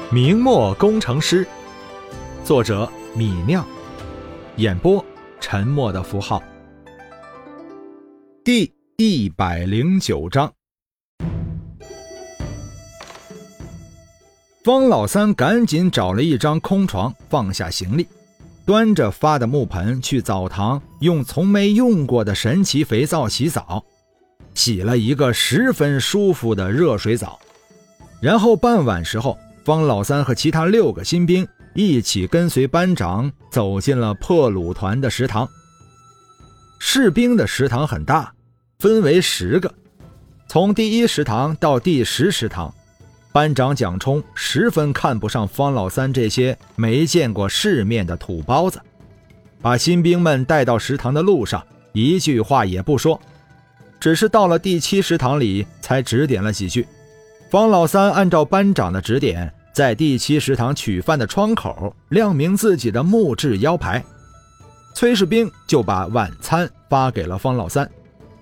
明末工程师，作者米酿，演播沉默的符号。第109章。方老三赶紧找了一张空床，放下行李，端着发的木盆去澡堂，用从没用过的神奇肥皂洗澡，洗了一个十分舒服的热水澡。然后傍晚时候，方老三和其他6个新兵一起跟随班长走进了破鲁团的食堂。士兵的食堂很大，分为10个，从第1食堂到第10食堂，班长蒋冲十分看不上方老三这些没见过世面的土包子，把新兵们带到食堂的路上一句话也不说，只是到了第7食堂里才指点了几句。方老三按照班长的指点，在第7食堂取饭的窗口亮明自己的木质腰牌。崔士兵就把晚餐发给了方老三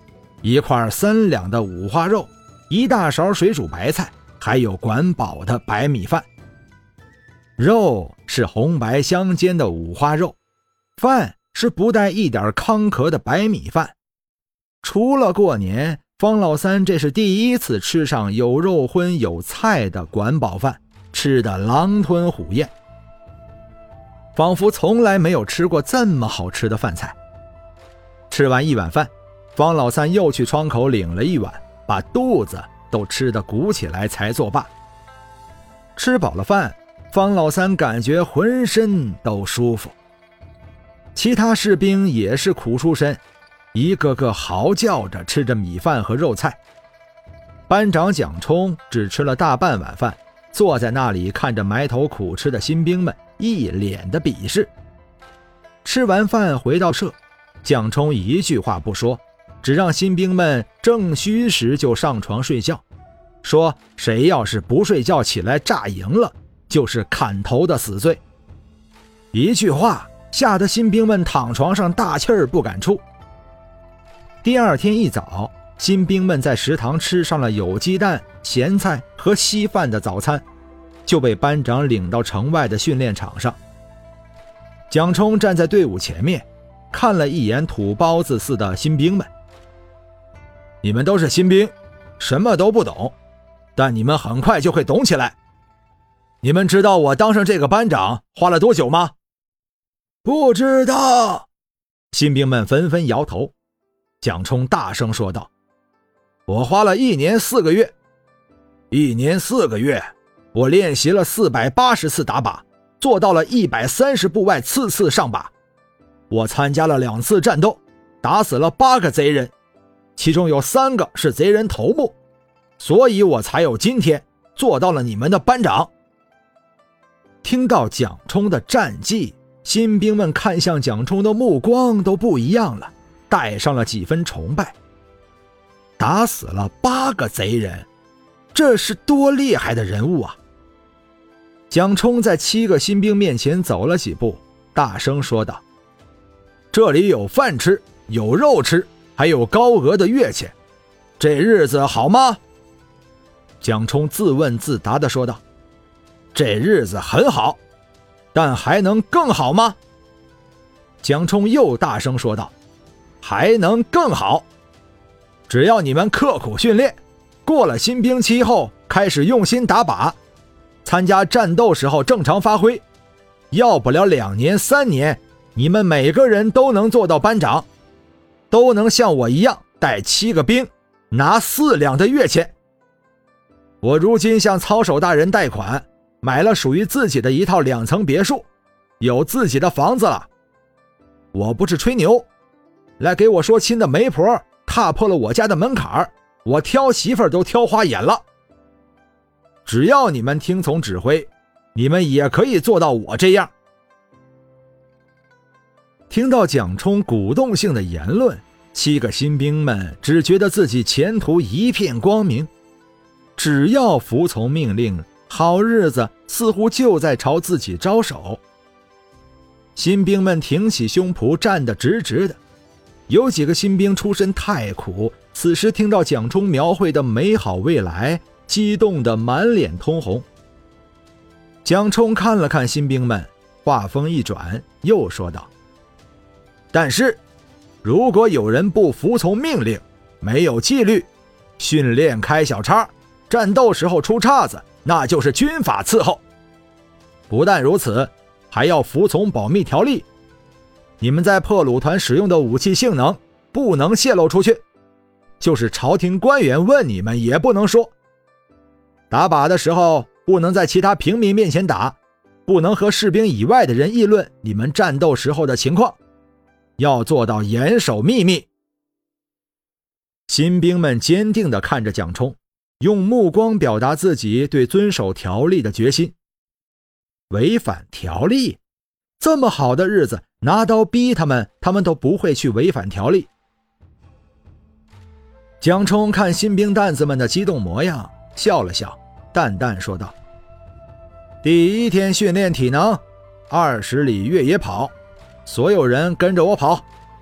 ：1块3两的五花肉，1大勺水煮白菜，还有管饱的白米饭。肉是红白相间的五花肉，饭是不带一点糠壳的白米饭。除了过年，方老三这是第1次吃上有肉荤有菜的管饱饭，吃得狼吞虎咽，仿佛从来没有吃过这么好吃的饭菜。吃完1碗饭，方老三又去窗口领了1碗，把肚子都吃得鼓起来才作罢。吃饱了饭，方老三感觉浑身都舒服。其他士兵也是苦出身，一个个嚎叫着吃着米饭和肉菜。班长蒋冲只吃了大半碗饭，坐在那里看着埋头苦吃的新兵们，一脸的鄙视。吃完饭回到舍，蒋冲一句话不说，只让新兵们正虚时就上床睡觉，说谁要是不睡觉起来炸营了，就是砍头的死罪。一句话吓得新兵们躺床上大气儿不敢出。第2天一早，新兵们在食堂吃上了有鸡蛋、咸菜和稀饭的早餐，就被班长领到城外的训练场上。蒋冲站在队伍前面，看了一眼土包子似的新兵们：你们都是新兵，什么都不懂，但你们很快就会懂起来。你们知道我当上这个班长花了多久吗？不知道。新兵们纷纷摇头。蒋冲大声说道：我花了1年4个月。1年4个月，我练习了480次打靶，做到了130步外次次上靶。我参加了2次战斗，打死了8个贼人，其中有3个是贼人头目，所以我才有今天，做到了你们的班长。听到蒋冲的战绩，新兵们看向蒋冲的目光都不一样了，带上了几分崇拜。打死了8个贼人，这是多厉害的人物啊！蒋冲在7个新兵面前走了几步，大声说道：这里有饭吃，有肉吃，还有高额的乐钱，这日子好吗？蒋冲自问自答地说道：这日子很好，但还能更好吗？蒋冲又大声说道：还能更好，只要你们刻苦训练，过了新兵期后开始用心打靶，参加战斗时候正常发挥，要不了2年3年，你们每个人都能做到班长，都能像我一样带7个兵，拿4两的月钱。我如今向操守大人贷款，买了属于自己的一套2层别墅，有自己的房子了。我不是吹牛，来给我说亲的媒婆踏破了我家的门槛，我挑媳妇儿都挑花眼了。只要你们听从指挥，你们也可以做到我这样。听到蒋冲鼓动性的言论，7个新兵们只觉得自己前途一片光明，只要服从命令，好日子似乎就在朝自己招手。新兵们挺起胸脯站得直直的，有几个新兵出身太苦，此时听到蒋冲描绘的美好未来，激动得满脸通红。 蒋冲看了看新兵们，话锋一转，又说道：但是如果有人不服从命令，没有纪律，训练开小差，战斗时候出岔子，那就是军法伺候。不但如此，还要服从保密条例。你们在破虏团使用的武器性能不能泄露出去，就是朝廷官员问你们也不能说。打靶的时候不能在其他平民面前打，不能和士兵以外的人议论你们战斗时候的情况，要做到严守秘密。新兵们坚定地看着蒋冲，用目光表达自己对遵守条例的决心。违反条例？这么好的日子，拿刀逼他们都不会去违反条例。蒋冲看新兵蛋子们的激动模样，笑了笑，淡淡说道：第一天训练体能，20里越野跑，所有人跟着我跑。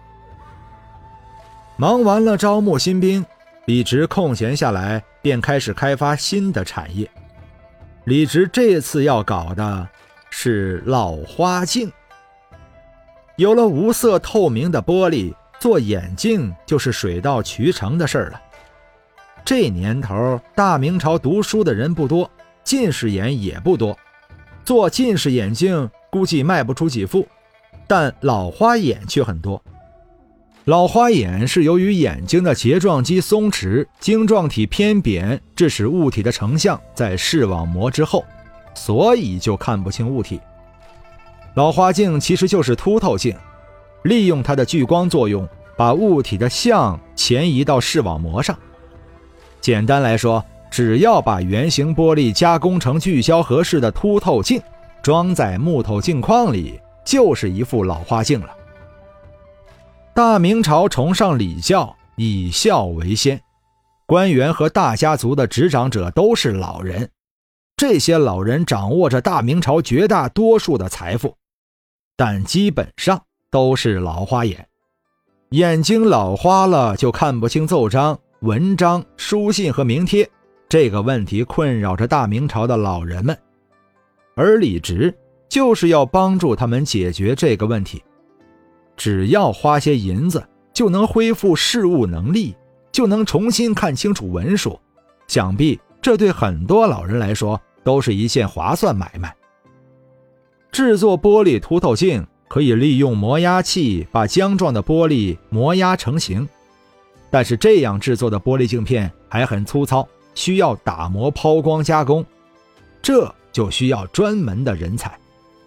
忙完了招募新兵，李直空闲下来便开始开发新的产业。李直这次要搞的是老花镜。有了无色透明的玻璃，做眼镜就是水到渠成的事了。这年头大明朝读书的人不多，近视眼也不多，做近视眼镜估计卖不出几副，但老花眼却很多。老花眼是由于眼睛的睫状肌松弛，晶状体偏扁，致使物体的成像在视网膜之后，所以就看不清物体。老花镜其实就是凸透镜，利用它的聚光作用，把物体的像前移到视网膜上。简单来说，只要把圆形玻璃加工成聚焦合适的凸透镜，装在木头镜框里，就是一副老花镜了。大明朝崇尚礼教，以孝为先，官员和大家族的执掌者都是老人，这些老人掌握着大明朝绝大多数的财富，但基本上都是老花眼，眼睛老花了就看不清奏章、文章、书信和名帖，这个问题困扰着大明朝的老人们，而李直就是要帮助他们解决这个问题。只要花些银子，就能恢复事务能力，就能重新看清楚文书，想必这对很多老人来说都是一件划算买卖。制作玻璃凸透镜可以利用磨压器把浆状的玻璃磨压成型，但是这样制作的玻璃镜片还很粗糙，需要打磨抛光加工，这就需要专门的人才。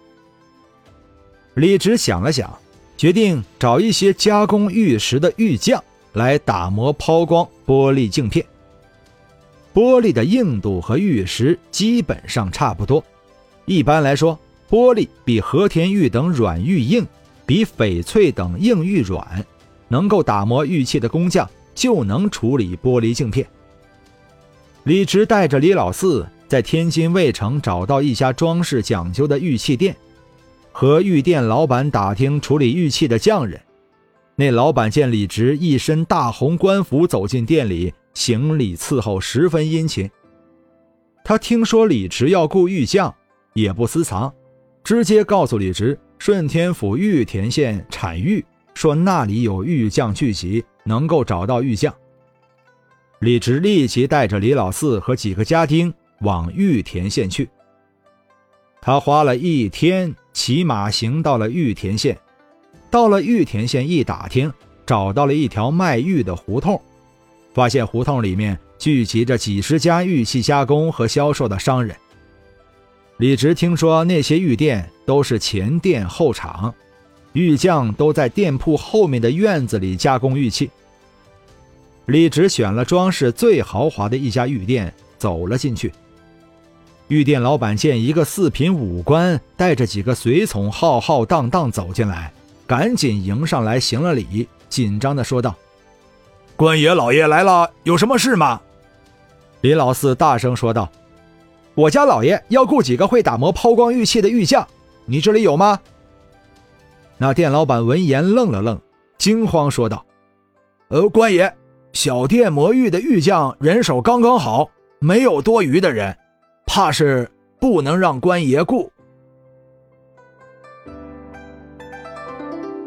李直想了想，决定找一些加工玉石的玉匠来打磨抛光玻璃镜片。玻璃的硬度和玉石基本上差不多，一般来说，玻璃比和田玉等软玉硬，比翡翠等硬玉软，能够打磨玉器的工匠就能处理玻璃镜片。李直带着李老四在天津卫城找到一家装饰讲究的玉器店，和玉店老板打听处理玉器的匠人。那老板见李直一身大红官服走进店里，行礼伺候十分殷勤。他听说李直要雇玉匠，也不私藏，直接告诉李直顺天府玉田县产玉，说那里有玉匠聚集，能够找到玉匠。李直立即带着李老四和几个家丁往玉田县去。他花了一天骑马行到了玉田县，到了玉田县一打听，找到了一条卖玉的胡同，发现胡同里面聚集着几十家玉器加工和销售的商人。李直听说那些玉店都是前店后厂，玉匠都在店铺后面的院子里加工玉器。李直选了装饰最豪华的一家玉店，走了进去。玉店老板见一个四品武官带着几个随从浩浩荡荡走进来，赶紧迎上来行了礼，紧张地说道：官爷老爷来了，有什么事吗？李老四大声说道：我家老爷要雇几个会打磨抛光玉器的玉匠，你这里有吗？那店老板闻言愣了愣，惊慌说道：官爷，小店磨玉的玉匠人手刚刚好，没有多余的人，怕是不能让官爷顾。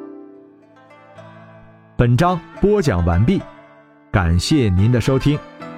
本章播讲完毕，感谢您的收听。